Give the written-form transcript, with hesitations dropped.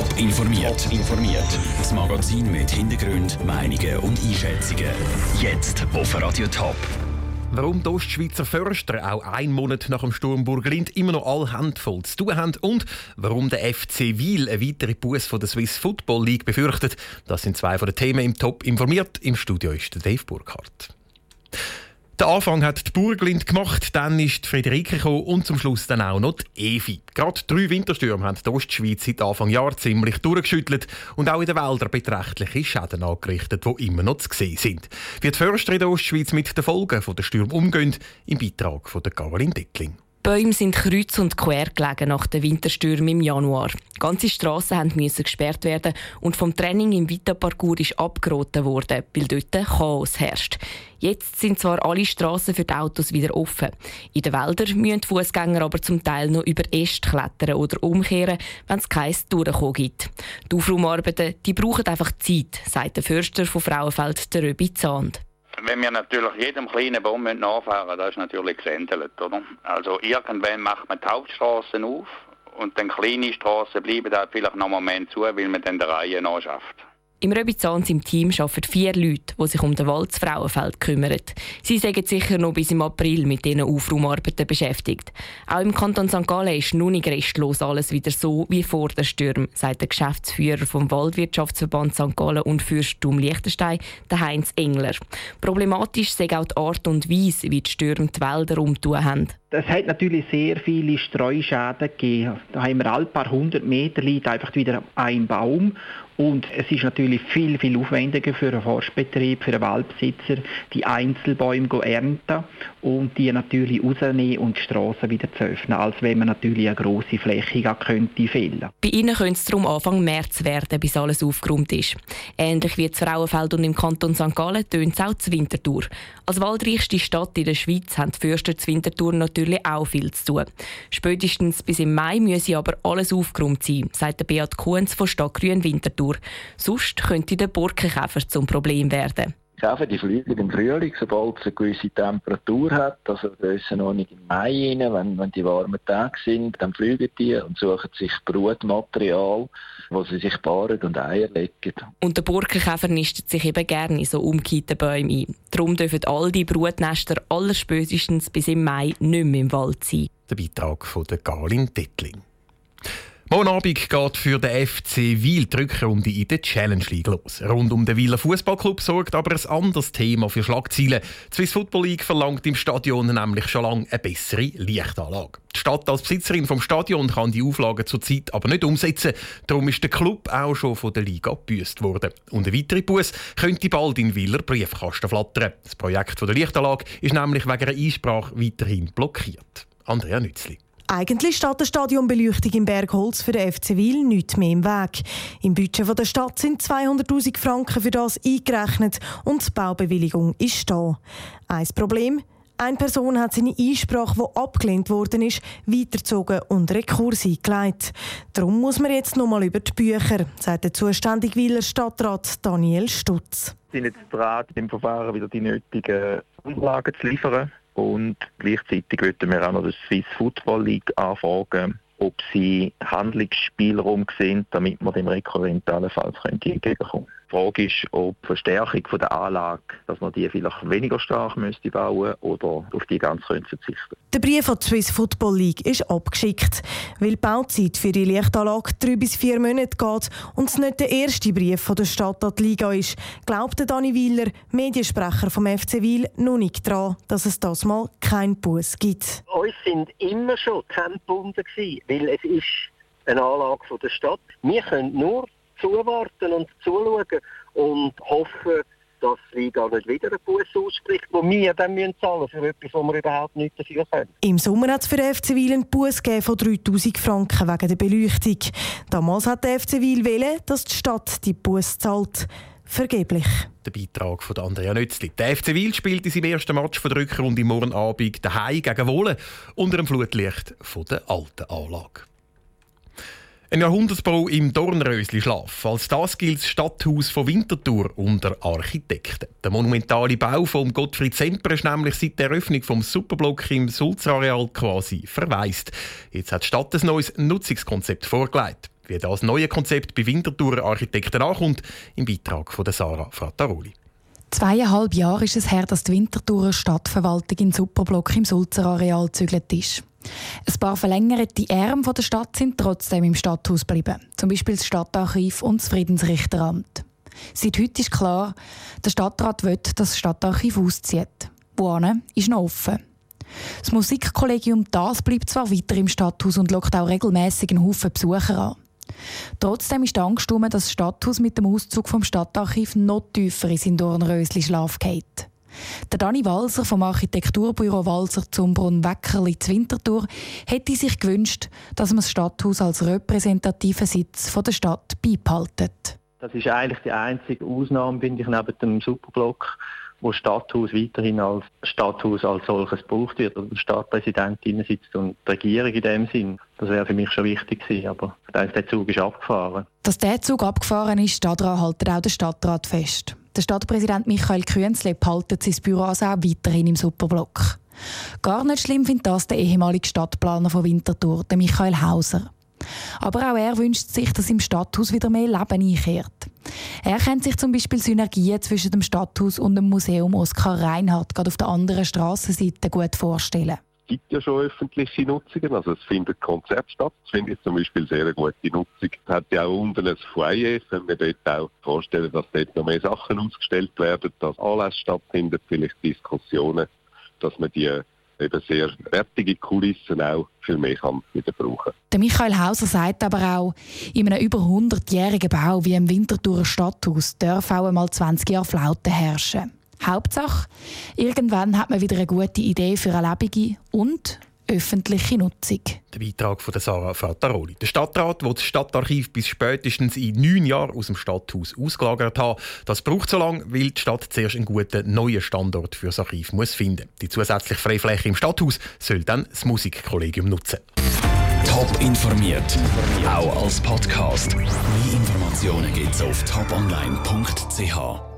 Top informiert. Das Magazin mit Hintergrund, Meinungen und Einschätzungen. Jetzt auf Radio Top. Warum die Ostschweizer Förster auch einen Monat nach dem Sturm Burglind immer noch alle Hände voll zu tun haben und warum der FC Wil eine weitere Busse von der Swiss Football League befürchtet, das sind zwei von den Themen im Top informiert. Im Studio ist der Dave Burkhardt. Der Anfang hat die Burglind gemacht, dann ist die Friederike gekommen und zum Schluss dann auch noch die Evi. Gerade 3 Winterstürme haben die Ostschweiz seit Anfang Jahr ziemlich durchgeschüttelt und auch in den Wäldern beträchtliche Schäden angerichtet, die immer noch zu sehen sind. Wie die Förster in der Ostschweiz mit den Folgen der Stürme umgehen, im Beitrag von Caroline Dettling. Bäume sind kreuz und quer gelegen nach den Winterstürmen im Januar. Ganze Strassen mussten gesperrt werden und vom Training im Vita-Parcours ist abgeraten worden, weil dort Chaos herrscht. Jetzt sind zwar alle Strassen für die Autos wieder offen. In den Wäldern müssen die Fußgänger aber zum Teil noch über Äste klettern oder umkehren, wenn es kein Durchkommen gibt. Die Aufraumarbeiten brauchen einfach Zeit, sagt der Förster von Frauenfeld, der Röbi Zahnd. Wenn wir natürlich jedem kleinen Baum nachfahren müssen, das ist natürlich gesändelt, oder? Also irgendwann macht man die Hauptstrassen auf und dann kleine Strassen bleiben da vielleicht noch einen Moment zu, weil man dann die Reihe nachschafft. Im Röbizans im Team arbeiten 4 Leute, die sich um den Wald zu Frauenfeld kümmern. Sie sind sicher noch bis im April mit diesen Aufraumarbeiten beschäftigt. Auch im Kanton St. Gallen ist nun nicht restlos alles wieder so wie vor der Stürme, sagt der Geschäftsführer vom Waldwirtschaftsverband St. Gallen und Fürstum Liechtenstein, der Heinz Engler. Problematisch sei auch die Art und Weise, wie die Stürme die Wälder umtun haben. Es hat natürlich sehr viele Streuschäden gegeben. Da haben wir alle paar 100 Meter liegt einfach wieder ein Baum. Und es ist natürlich viel, viel aufwendiger für einen Forstbetrieb, für einen Waldbesitzer, die Einzelbäume zu ernten und die natürlich rausnehmen und die Strassen wieder zu öffnen, als wenn man natürlich eine grosse Fläche könnte fällen. Bei ihnen könnte es darum Anfang März werden, bis alles aufgeräumt ist. Ähnlich wie in Frauenfeld und im Kanton St. Gallen tönt es auch zu Winterthur. Als waldreichste Stadt in der Schweiz haben die Förster zu Winterthur natürlich auch viel zu tun. Spätestens bis im Mai müsse aber alles aufgeräumt sein, sagt der Beat Kuhns von Stadtgrün Winterthur. Sonst könnte der Borkenkäfer zum Problem werden. Die Käfer die fliegen im Frühling, sobald es eine gewisse Temperatur hat. Also Grössenordnung im Mai rein, wenn die warmen Tage sind, dann fliegen die und suchen sich Brutmaterial, wo sie sich paaren und Eier legen. Und der Borkenkäfer nistet sich eben gerne in so umgekehrten Bäumen ein. Darum dürfen all die Brutnester allerspätestens bis im Mai nicht mehr im Wald sein. Der Beitrag von Caroline Dettling. Morgen Abend geht für den FC Wil die Rückrunde in der Challenge League los. Rund um den Wiler Fußballclub sorgt aber ein anderes Thema für Schlagzeilen. Die Swiss Football League verlangt im Stadion nämlich schon lange eine bessere Lichtanlage. Die Stadt als Besitzerin vom Stadion kann die Auflagen zurzeit aber nicht umsetzen. Darum ist der Club auch schon von der Liga gebüßt worden. Und eine weitere Busse könnte bald in Wiler Briefkasten flattern. Das Projekt der Lichtanlage ist nämlich wegen einer Einsprache weiterhin blockiert. Andrea Nützli. Eigentlich steht der Stadionbeleuchtung im Bergholz für den FC Wil nicht mehr im Weg. Im Budget der Stadt sind 200'000 Franken für das eingerechnet und die Baubewilligung ist da. Ein Problem: eine Person hat seine Einsprache, die abgelehnt worden ist, weitergezogen und Rekurs eingelegt. Darum muss man jetzt noch mal über die Bücher, sagt der zuständige Wiler Stadtrat Daniel Stutz. Wir sind jetzt dran, im Verfahren wieder die nötigen Unterlagen zu liefern. Und gleichzeitig wollten wir auch noch die Swiss Football League anfragen, ob sie Handlungsspielraum sehen, damit wir dem Rekurrent allenfalls entgegenkommen können. Die Frage ist, ob die Verstärkung der Anlage, dass man die vielleicht weniger stark müsste bauen oder auf die ganz verzichten. Der Brief an die Swiss Football League ist abgeschickt. Weil die Bauzeit für die Lichtanlage 3 bis 4 Monate geht und es nicht der erste Brief von der Stadt an die Liga ist, glaubt Dani Wieler, Mediensprecher vom FC Wil, noch nicht daran, dass es das mal keinen Buss gibt. Uns sind immer schon die Hände gebunden gewesen, weil es ist eine Anlage von der Stadt. Wir können nur zuwarten und zuschauen und hoffen, dass die Liga nicht wieder einen Buss ausspricht, wo wir dann zahlen müssen für etwas, wo wir überhaupt nichts dafür können. Im Sommer hat es für den FC Wil einen Buss von 3'000 Franken wegen der Beleuchtung. Damals hat der FC Wil wollen, dass die Stadt die Buss zahlt. Vergeblich. Der Beitrag von Andrea Nützli. Der FC Wil spielt in seinem ersten Match von der Rückrunde morgen Abend daheim gegen Wohlen unter dem Flutlicht von der alten Anlage. Ein Jahrhundertbau im Dornrösli-Schlaf. Als das gilt das Stadthaus von Winterthur unter Architekten. Der monumentale Bau von Gottfried Semper ist nämlich seit der Eröffnung des Superblock im Sulzer-Areal quasi verwaist. Jetzt hat die Stadt ein neues Nutzungskonzept vorgelegt. Wie das neue Konzept bei Winterthurer Architekten ankommt, im Beitrag von Sarah Frattaroli. 2,5 Jahre ist es her, dass die Winterthurer Stadtverwaltung in den Superblock im Sulzer Areal gezügelt ist. Ein paar verlängerte Arme der Stadt sind trotzdem im Stadthaus geblieben. Zum Beispiel das Stadtarchiv und das Friedensrichteramt. Seit heute ist klar, der Stadtrat will, dass das Stadtarchiv auszieht. Wohin ist noch offen. Das Musikkollegium das bleibt zwar weiter im Stadthaus und lockt auch regelmässig einen Haufen Besucher an. Trotzdem ist die Angst, dass das Stadthaus mit dem Auszug vom Stadtarchiv noch tiefer in seinen Dornrösli-Schlaf geht. Der Dani Walser vom Architekturbüro Walser Zumbrunn-Weckerli zu Winterthur hätte sich gewünscht, dass man das Stadthaus als repräsentativen Sitz der Stadt beibehaltet. Das ist eigentlich die einzige Ausnahme, finde ich, neben dem Superblock, wo das Stadthaus weiterhin als Stadthaus als solches gebraucht wird, oder der Stadtpräsident sitzt und die Regierung in dem Sinn. Das wäre für mich schon wichtig gewesen, aber der Zug ist abgefahren. Dass der Zug abgefahren ist, daran hält auch der Stadtrat fest. Der Stadtpräsident Michael Künzle behaltet sein Büro also auch weiterhin im Superblock. Gar nicht schlimm findet das der ehemalige Stadtplaner von Winterthur, der Michael Hauser. Aber auch er wünscht sich, dass im Stadthaus wieder mehr Leben einkehrt. Er kennt sich zum Beispiel Synergien zwischen dem Stadthaus und dem Museum Oskar Reinhardt gerade auf der anderen Strassenseite gut vorstellen. Es gibt ja schon öffentliche Nutzungen, also es findet Konzert statt. Das finde ich zum Beispiel sehr eine gute Nutzung. Es hat ja auch unten ein Foyer, können wir dort auch vorstellen, dass dort noch mehr Sachen ausgestellt werden, dass Anlässe stattfinden, vielleicht Diskussionen, dass man die eben sehr wertige Kulissen auch viel mehr kann wieder brauchen. Der Michael Hauser sagt aber auch, in einem über 100-jährigen Bau wie im Winterthurer Stadthaus darf auch einmal 20 Jahre Flaute herrschen. Hauptsache, irgendwann hat man wieder eine gute Idee für eine lebende und öffentliche Nutzung. Der Beitrag von Sarah Frattaroli. Der Stadtrat will das Stadtarchiv bis spätestens in 9 Jahren aus dem Stadthaus ausgelagert haben. Das braucht so lange, weil die Stadt zuerst einen guten neuen Standort für das Archiv muss finden. Die zusätzliche Freifläche im Stadthaus soll dann das Musikkollegium nutzen. Top informiert, auch als Podcast. Mehr Informationen gibt's auf toponline.ch.